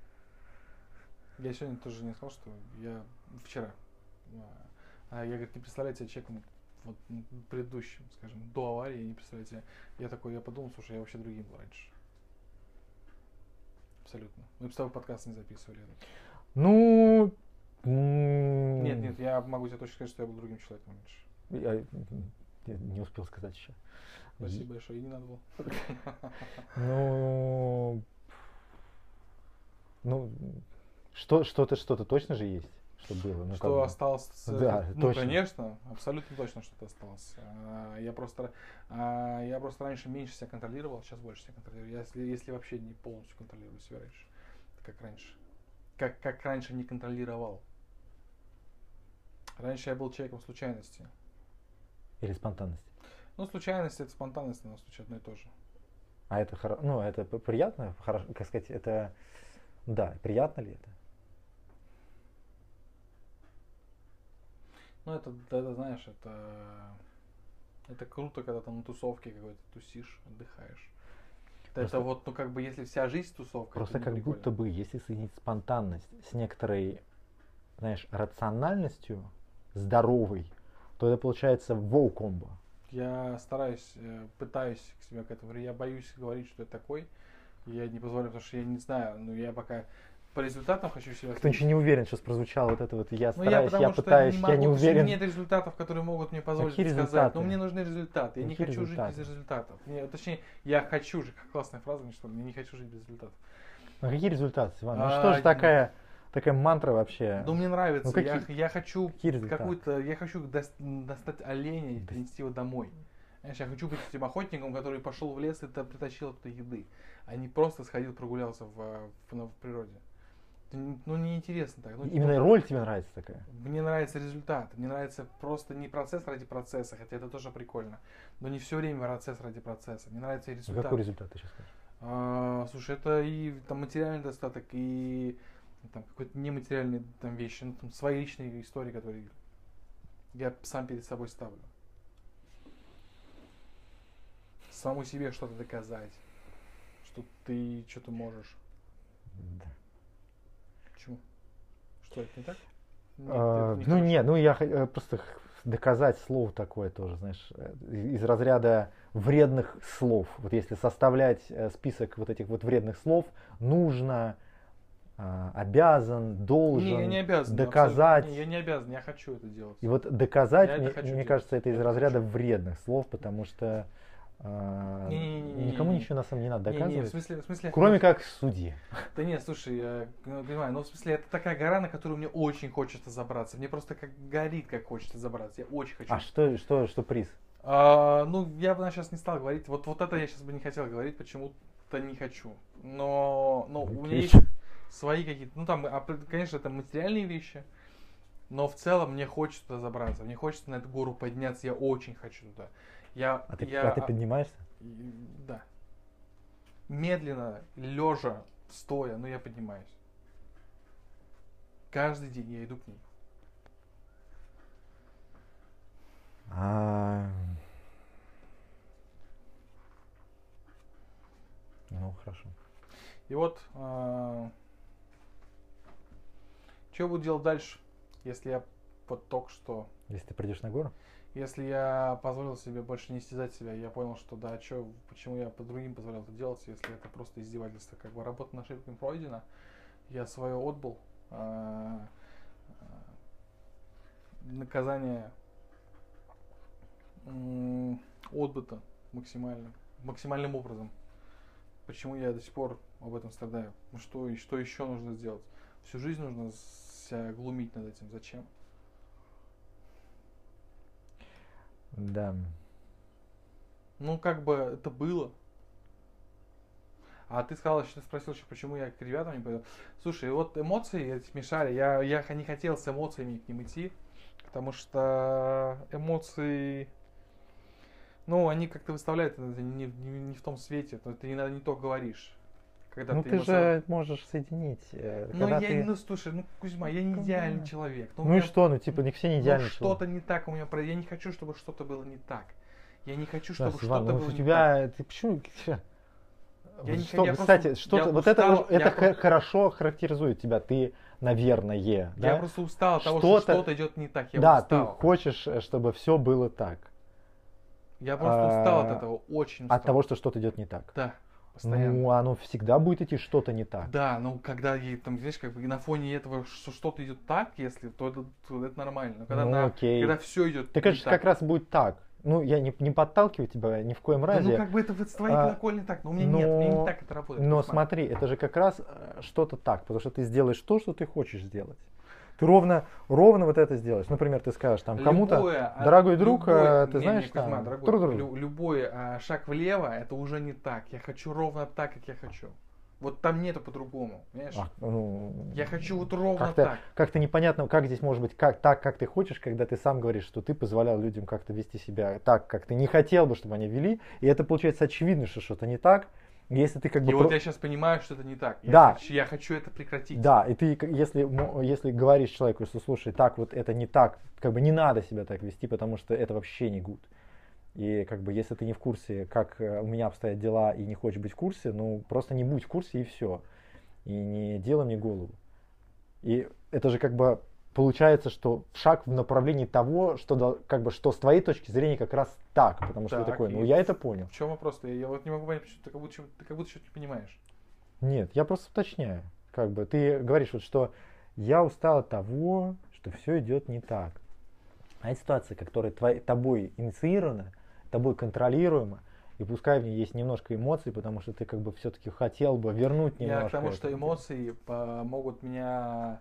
Я сегодня тоже не сказал, что я вчера. А я, говорит, не представляю себя человеком вот, предыдущим, скажем, до аварии, я не представляю себя. Я такой, я подумал, слушай, я вообще другим был раньше. Абсолютно. Мы бы с тобой подкаст не записывали. Ну... Нет, нет, я могу тебе точно сказать, что я был другим человеком раньше. Я, я не успел сказать еще. Спасибо большое, и не надо было. Ну... Ну... Что, что-то, что-то точно же есть, что было? Ну, что осталось? Да, ну, точно. конечно, абсолютно точно что-то осталось. Я просто, я просто раньше меньше себя контролировал, сейчас больше себя контролирую. Если, если вообще не полностью контролирую себя раньше, как раньше. Как, как раньше не контролировал. Раньше я был человеком случайности. Или спонтанности? Ну, случайность это спонтанность, но случайно одно и то же. А это хоро... ну, это приятно, хорошо, как сказать, это, да, приятно ли это? Ну, это, это, знаешь, это, это круто, когда ты на тусовке какой-то тусишь, отдыхаешь. Просто, это вот, ну, как бы, если вся жизнь тусовка. Просто как прикольно. Будто бы, если соединить спонтанность с некоторой, знаешь, рациональностью, здоровой, то это получается воу-комбо. Я стараюсь, пытаюсь к себе к этому, я боюсь говорить, что я такой. Я не позволю, потому что я не знаю, ну, я пока... По результатам хочу себя... Кто ничего не уверен, сейчас прозвучало вот это вот, я ну, стараюсь, я, я пытаюсь, не я могу, не уверен. Нет результатов, которые могут мне позволить Какие сказать. Результаты? Но мне нужны результаты. Я Какие не хочу результаты? жить без результатов. Мне, точнее, я хочу жить, классная фраза, что я не хочу жить без результатов. А какие результаты, Иван? Ну а, что же такая, такая мантра вообще? Ну мне нравится, ну, какие, я, я хочу какую-то, я хочу достать оленя и принести его домой. Знаешь, я хочу быть этим охотником, который пошел в лес и притащил оттуда еды, а не просто сходил, прогулялся в, в, в природе. Ну, неинтересно так. Ну, именно ну, роль тебе нравится такая? Мне нравится результат. Мне нравится просто не процесс ради процесса, хотя это тоже прикольно. Но не все время процесс ради процесса. Мне нравится и результат. А какой результат ты сейчас скажешь? А, слушай, это и там материальный достаток, и там какой-то нематериальные там вещи, ну, там свои личные истории, которые я сам перед собой ставлю. Самому себе что-то доказать, что ты что-то можешь. Да. Почему? Что, это не так? Нет, а, не ну нет, ну я просто доказать слово такое тоже, знаешь, из разряда вредных слов. Вот если составлять список вот этих вот вредных слов, нужно, обязан, должен, не, я не обязан, доказать. Не, я не обязан, я хочу это делать. И вот доказать, я мне, это мне делать. кажется, это из я разряда хочу. вредных слов, потому что А, не, не, не, не, никому не, ничего на самом деле не надо доказывать. Не, не, в смысле, в смысле, кроме как судьи. Да нет, слушай, я понимаю, но в смысле это такая гора, на которую мне очень хочется забраться. Мне просто как горит, как хочется забраться. Я очень хочу. А что, что, что приз? А, ну, я бы сейчас не стал говорить. Вот, вот это я сейчас бы не хотел говорить, почему-то не хочу. Но, но у меня есть свои какие-то, ну там, конечно, это материальные вещи. Но в целом мне хочется туда забраться. Мне хочется на эту гору подняться. Я очень хочу туда. Я, а, ты, я, а ты поднимаешься? Да. Медленно, лежа, стоя, но я поднимаюсь. Каждый день я иду к ней. А... Ну, хорошо. И вот, а... что я буду делать дальше, если я вот только что... Если ты придешь на гору? Если я позволил себе больше не истязать себя, я понял, что да, чё, почему я по другим позволял это делать, если это просто издевательство. Как бы работа над ошибками пройдена, я свое отбыл, а, а, наказание м, отбыто максимально, максимальным образом. Почему я до сих пор об этом страдаю? Ну что, и что еще нужно сделать? Всю жизнь нужно себя глумить над этим. Зачем? Да. Ну, как бы это было. А ты сказал, что ты спросил еще, почему я к ребятам не пойду. Слушай, вот эмоции эти мешали. Я, я не хотел с эмоциями к ним идти, потому что эмоции, ну, они как-то выставляют это не, не, не в том свете. Ты не, не то говоришь. Когда ну, ты, ты эмоционал... же можешь соединить. Ну, я ты... не, ну, слушай, ну, Кузьма, я не идеальный да. человек. Ну, ну меня... и что, ну, типа, не все не идеальные. Ну, что-то не так у меня, я не хочу, чтобы что-то было не так. Я не хочу, чтобы да, что-то Иван, ну, было у не тебя, так. ты почему... Я что, не, кстати, просто, что-то, вот устал, это, это просто... хорошо характеризует тебя. Ты, наверное, я да? просто устал от того, что что-то идет не так. Я да, устал. ты хочешь, чтобы все было так. Я просто а, устал от этого, очень устал. От того, что что-то идет не так. Да. Постоянно. Ну, оно всегда будет идти что-то не так. Да, ну когда там, знаешь, как бы на фоне этого что что-то идет так, если, то это, то это нормально. Но когда, ну, на, окей. когда все идет. Ты, конечно, как раз будет так. Ну, я не, не подталкиваю тебя ни в коем да, разе. ну, как бы это в твоей а, колокольне так, но у меня но, нет, у меня не так это работает. Но смотри, это же как раз что-то так, потому что ты сделаешь то, что ты хочешь сделать. Ты ровно, ровно вот это сделаешь. Например, ты скажешь там кому-то, дорогой друг, любой, ты не, знаешь, не, Кузьма, там, дорогой, тру -тру. Лю любой а, шаг влево, это уже не так. Я хочу ровно так, как я хочу. Вот там нету по-другому, понимаешь? А, ну, я хочу вот ровно как-то, так. Как-то непонятно, как здесь может быть как, так, как ты хочешь, когда ты сам говоришь, что ты позволял людям как-то вести себя так, как ты не хотел бы, чтобы они вели. И это получается очевидно, что что-то не так. Если ты как бы... И вот я сейчас понимаю, что это не так. Я, да. хочу, я хочу это прекратить. Да, и ты, если, если говоришь человеку, что слушай, так вот это не так, как бы не надо себя так вести, потому что это вообще не гуд. И как бы если ты не в курсе, как у меня обстоят дела, и не хочешь быть в курсе, ну просто не будь в курсе и все. И не делай мне голову. И это же как бы получается, что шаг в направлении того, что как бы что с твоей точки зрения как раз так, потому что так, ты такой, ну я это понял. В чем вопрос-то? Я вот не могу понять, почему ты как будто, ты как будто что-то не понимаешь. Нет, я просто уточняю. Как бы ты говоришь, вот, что я устал от того, что все идет не так. А это ситуация, которая твой, тобой инициирована, тобой контролируема, и пускай в ней есть немножко эмоций, потому что ты как бы все-таки хотел бы вернуть немножко. Я к тому, это. что эмоции могут меня...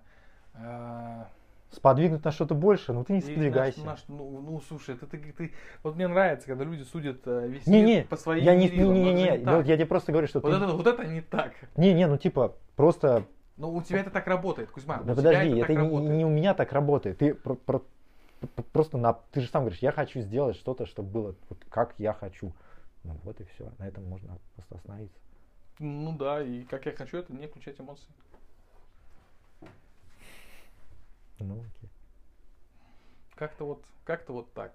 Э сподвигнуть на что-то больше, но ты не сподвигайся. На, на, ну, ну, слушай, ты, ты, ты, вот мне нравится, когда люди судят весь не, мир не, по своим я не, мерилам. Не, не, не, не, вот я тебе просто говорю, что вот ты... Это, вот это не так. Не, не, ну типа, просто... Ну, у тебя это так работает, Кузьма. Да подожди, это, это не, не у меня так работает. Ты про, про, просто, на, ты же сам говоришь, я хочу сделать что-то, чтобы было вот как я хочу. Ну вот и все, на этом можно просто остановиться. Ну да, и как я хочу, это не включать эмоции. Ну окей. Как-то вот, как-то вот так.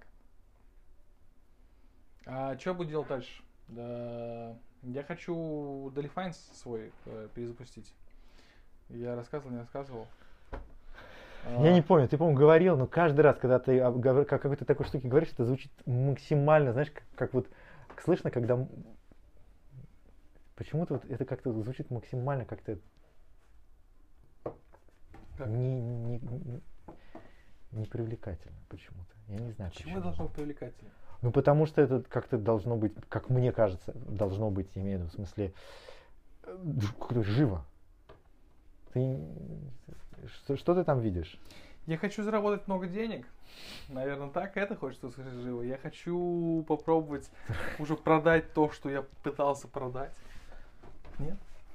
А что буду делать дальше? Да, я хочу Delifines свой э, перезапустить. Я рассказывал, не рассказывал. Я а... не помню, ты, по-моему, говорил, но каждый раз, когда ты о какой-то такой штуке говоришь, это звучит максимально, знаешь, как, как вот слышно, когда почему-то вот это как-то звучит максимально как-то как? не, не, не, непривлекательно почему-то. Я не знаю, почему. Почему должно быть привлекательно? Ну, потому что это как-то должно быть, как мне кажется, должно быть, имею в виду, в смысле, как-то живо. Ты, что, что ты там видишь? Я хочу заработать много денег. Наверное, так это хочется услышать живо. Я хочу попробовать уже продать то, что я пытался продать. Нет?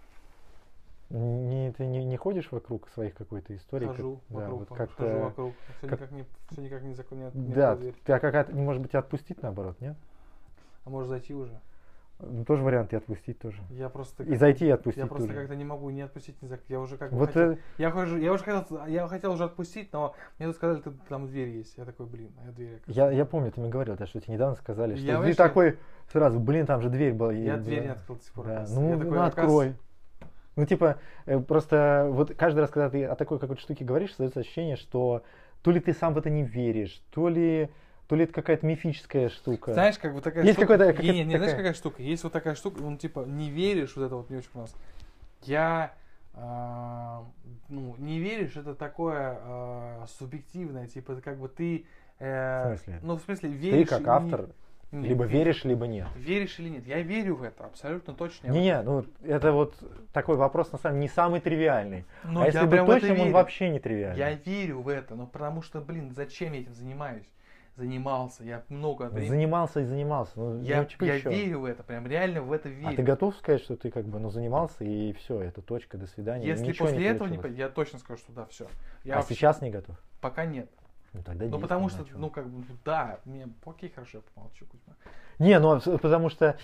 Не, ты не, не ходишь вокруг своих какой-то истории? Хожу как, вокруг, да, вот хожу как вокруг. Все, как, никак не, все никак не законят. Да, тебя какая-то, может быть, отпустить наоборот, нет? А может зайти уже? Ну, тоже вариант и отпустить тоже. Я просто и зайти и отпустить. Я просто тоже. как-то не могу не отпустить, не закрыть. Я уже как бы вот хотел, это... я, хожу, я уже хотел, я хотел уже отпустить, но мне тут сказали, ты, там дверь есть. Я такой, блин, а я дверь. Я, я помню, ты мне говорил, да, что тебе недавно сказали, что я ты вообще... такой сразу, блин, там же дверь была. Я и, дверь да. не открыл до сих пор. Да. Ну, такой, ну открой. Ну, типа, просто вот каждый раз, когда ты о такой какой-то штуке говоришь, создается ощущение, что то ли ты сам в это не веришь, то ли, то ли это какая-то мифическая штука. Знаешь, как вот такая есть штука. Какая-то, не, не, не такая... знаешь, какая штука? Есть вот такая штука, ну, типа, не веришь, вот это вот мне очень понравилось. Я, э, ну, не веришь, это такое э, субъективное, типа, как бы ты... Э, в смысле? Ну, в смысле, веришь... Ты как автор... Не... Нет, либо веришь, либо нет. Веришь или нет? Я верю в это, абсолютно точно. Не-не, ну это вот такой вопрос, на самом деле, не самый тривиальный. Но а если быть точным, он вообще не тривиальный. Я верю в это, но потому что, блин, зачем я этим занимаюсь? Занимался, я много времени... Занимался и занимался. Ну, я ну, я верю в это, прям реально в это верю. А ты готов сказать, что ты как бы ну, занимался и все, это точка, до свидания? Если Ничего после не этого не... Я точно скажу, что да, все. Я а вообще... сейчас не готов? Пока нет. Ну, тогда ну потому что, ну как бы, да, мне, окей, хорошо, я помолчу, Кузьма. Не, ну потому что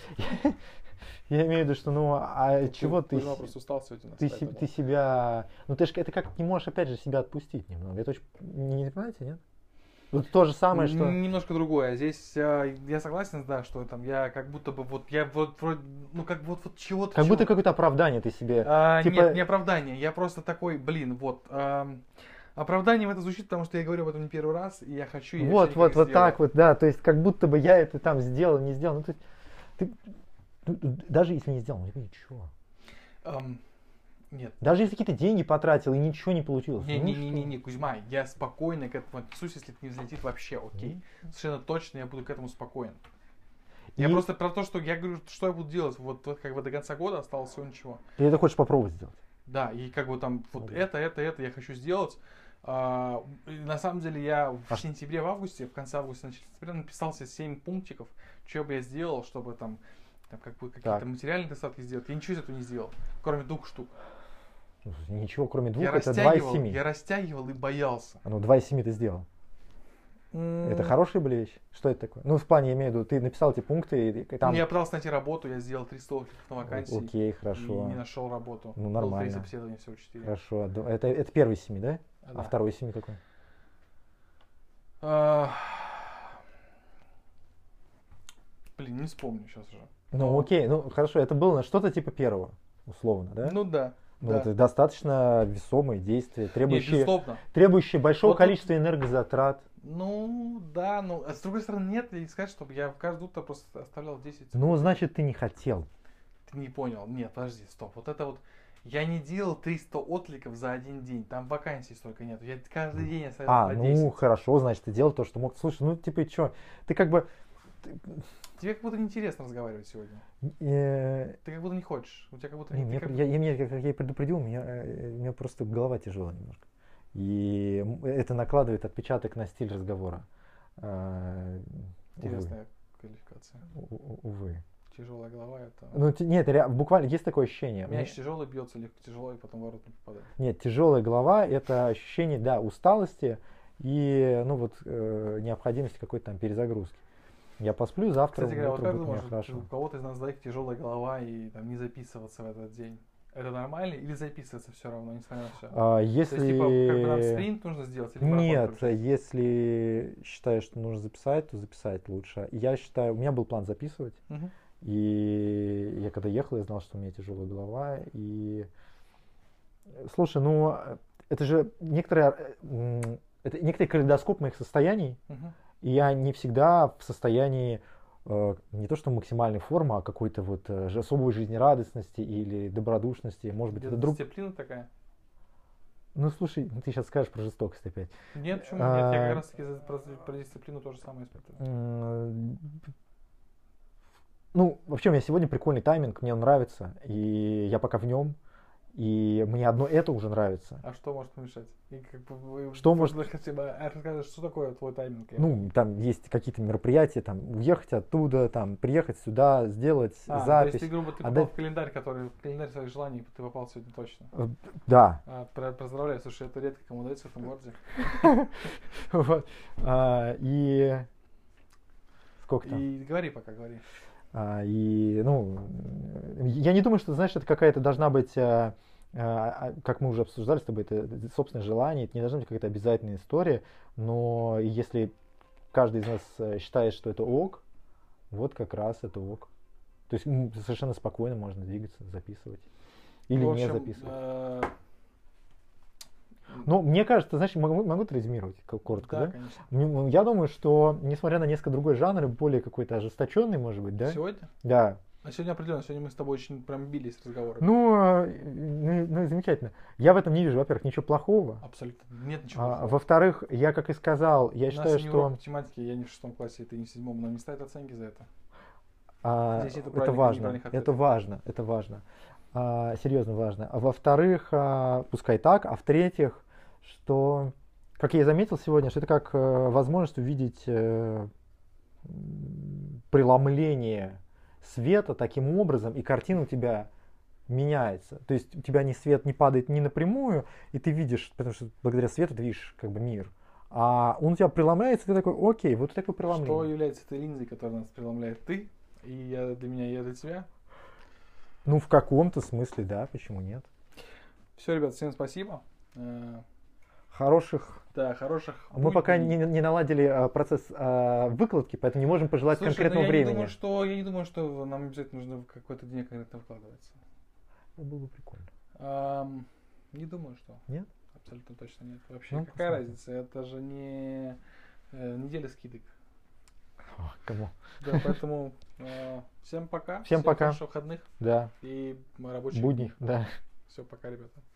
я имею в виду, что ну а ну, чего ты, ты, просто устал сегодня, ты, ты, ты себя, ну ты же это как не можешь опять же себя отпустить немного, это очень, не, не понимаете, нет? Вот то же самое, что... Немножко другое. Здесь э, я согласен, да, что там я как будто бы вот, я вот вроде, ну как вот, вот чего-то... Как чего будто какое-то оправдание ты себе... А, типа... Нет, не оправдание, я просто такой, блин, вот... Э, оправданием это звучит, потому что я говорю об этом не первый раз, и я хочу... И вот, я вот, вот сделаю. так вот, да, то есть как будто бы я это там сделал, не сделал, ну то есть, ты, даже если не сделал, ну ничего. Um, нет. Даже если какие-то деньги потратил и ничего не получилось. Не-не-не, ну, Кузьма, я спокойно к этому отнесусь, если это не взлетит вообще, окей. Mm-hmm. Совершенно точно я буду к этому спокоен. И... Я просто про то, что я говорю, что я буду делать, вот, вот как бы до конца года осталось всего ничего. Ты это хочешь попробовать сделать? Да, и как бы там вот mm-hmm. это, это, это я хочу сделать. А, на самом деле я в а сентябре, в августе, в конце августа, начале сентября написал себе семь пунктиков, что бы я сделал, чтобы там, там как бы какие-то материальные достатки сделать. Я ничего из этого не сделал, кроме двух штук. Ничего, кроме двух, я это два из семи. Я растягивал и боялся. А ну, два из семи ты сделал. Mm. Это хорошая были вещь? Что это такое? Ну, в плане, я имею в виду, ты написал эти пункты и там... Ну, я пытался найти работу, я сделал триста откликов на вакансии. Окей, хорошо. И не нашел работу. Ну, нормально. Было три собеседования, всего четыре. Хорошо. Это, это первый из семи, да? А, а да. второй из семи какой? А... Блин, не вспомню сейчас уже. Ну, окей, ну, хорошо, это было что-то типа первого, условно, да? Ну, да. Ну, да. это достаточно весомые действия, требующие, Нет, требующие большого вот количества тут... энергозатрат. Ну, да, ну, а с другой стороны, нет, и сказать, чтобы я в каждое утро просто оставлял десять. Ну, значит, ты не хотел. Ты не понял. Нет, подожди, стоп. Вот это вот, я не делал триста откликов за один день, там вакансий столько нет. Я каждый день оставлял а, по ну, десять. хорошо, значит, ты делал то, что мог. Слушай, ну, типа, что, ты как бы... Тебе как будто неинтересно разговаривать сегодня. Э... Ты как будто не хочешь. У тебя как будто... Не, мне, как... я, я, я, как я и предупредил, у меня, у меня просто голова тяжелая немножко. И это накладывает отпечаток на стиль разговора. Интересная квалификация. У, увы. Тяжелая голова это... Ну, нет, ре, буквально есть такое ощущение. Мяч тяжелый бьется, легко тяжело, и потом ворот не попадает. Нет, тяжелая голова это ощущение, да, усталости и, ну, вот, э, необходимости какой-то там перезагрузки. Я посплю, завтра Кстати говоря, вот как думаешь, хорошо. у кого-то из нас двоих тяжелая голова и там не записываться в этот день? Это нормально или записываться все равно, несмотря на все? А, если... То есть, типа, как бы нам спринт нужно сделать? Или Нет, если считаешь, что нужно записать, то записать лучше. Я считаю, у меня был план записывать. Угу. И я когда ехал, я знал, что у меня тяжелая голова. И слушай, ну это же некоторые, это некоторый калейдоскоп моих состояний. Угу. И я не всегда в состоянии э, не то что максимальной формы, а какой-то вот э, особой жизнерадостности или добродушности. Может быть, это друг... Дисциплина такая? Ну, слушай, ты сейчас скажешь про жестокость опять. Нет, почему а, нет? Я как раз таки про, про дисциплину то же самое испытываю. Ну, вообще у меня сегодня прикольный тайминг, мне он нравится, и я пока в нем, и мне одно это уже нравится. А что может помешать? И как бы, что может... Расскажешь, что такое твой тайминг? Ну, там есть какие-то мероприятия, там, уехать оттуда, там, приехать сюда, сделать а, запись. То есть ты, грубо, ты попал отдать... в календарь, который, в календарь своих желаний, ты попал сегодня точно? Да. А, поздравляю, слушай, это редко кому дается в этом городе. Вот. И... Сколько там? И говори пока, говори. А, и, ну, я не думаю, что, знаешь, это какая-то должна быть, а, а, как мы уже обсуждали с тобой, это собственное желание, это не должна быть какая-то обязательная история, но если каждый из нас считает, что это ок, вот как раз это ок. То есть совершенно спокойно можно двигаться, записывать или в общем, не записывать. Э- Ну, мне кажется, знаешь, могу, могу это резюмировать коротко, да? Да, конечно. Я думаю, что, несмотря на несколько другой жанр, более какой-то ожесточенный, может быть, да? Сегодня? Да. А сегодня определенно, сегодня мы с тобой очень прям бились в разговорах. Ну, ну, ну, замечательно. Я в этом не вижу, во-первых, ничего плохого. Абсолютно. Нет ничего а, плохого. Во-вторых, я, как и сказал, я У считаю, нас не что... урок математики, я не в шестом классе, ты не в седьмом, нам не ставят оценки за это. А, Здесь это, это важно, это важно, это важно. А, серьезно важно. А во-вторых, а, пускай так, а в-третьих, что, как я и заметил сегодня, что это как э, возможность увидеть э, преломление света таким образом, и картина у тебя меняется. То есть у тебя не свет не падает не напрямую, и ты видишь, потому что благодаря свету ты видишь как бы мир. А он у тебя преломляется, и ты такой, окей, вот такое преломление. Что является этой линзой, которая нас преломляет? Ты? И я для меня, и я для тебя? Ну, в каком-то смысле, да, почему нет? Все, ребят, всем спасибо. Хороших. Да, хороших. Мы будь... пока не, не наладили а, процесс а, выкладки, поэтому не можем пожелать Слушай, конкретного ну, я времени. Не думаю, что, я не думаю, что нам обязательно нужно в какой-то день конкретно вкладываться. Это было бы прикольно. А, не думаю, что. Нет? Абсолютно точно нет. Вообще, ну, какая посмотрим. разница? Это же не э, неделя скидок. О, кому? Да, поэтому э, всем пока. Всем, всем пока. Хороших выходных. Да. И рабочих будни. Да. Все, пока, ребята.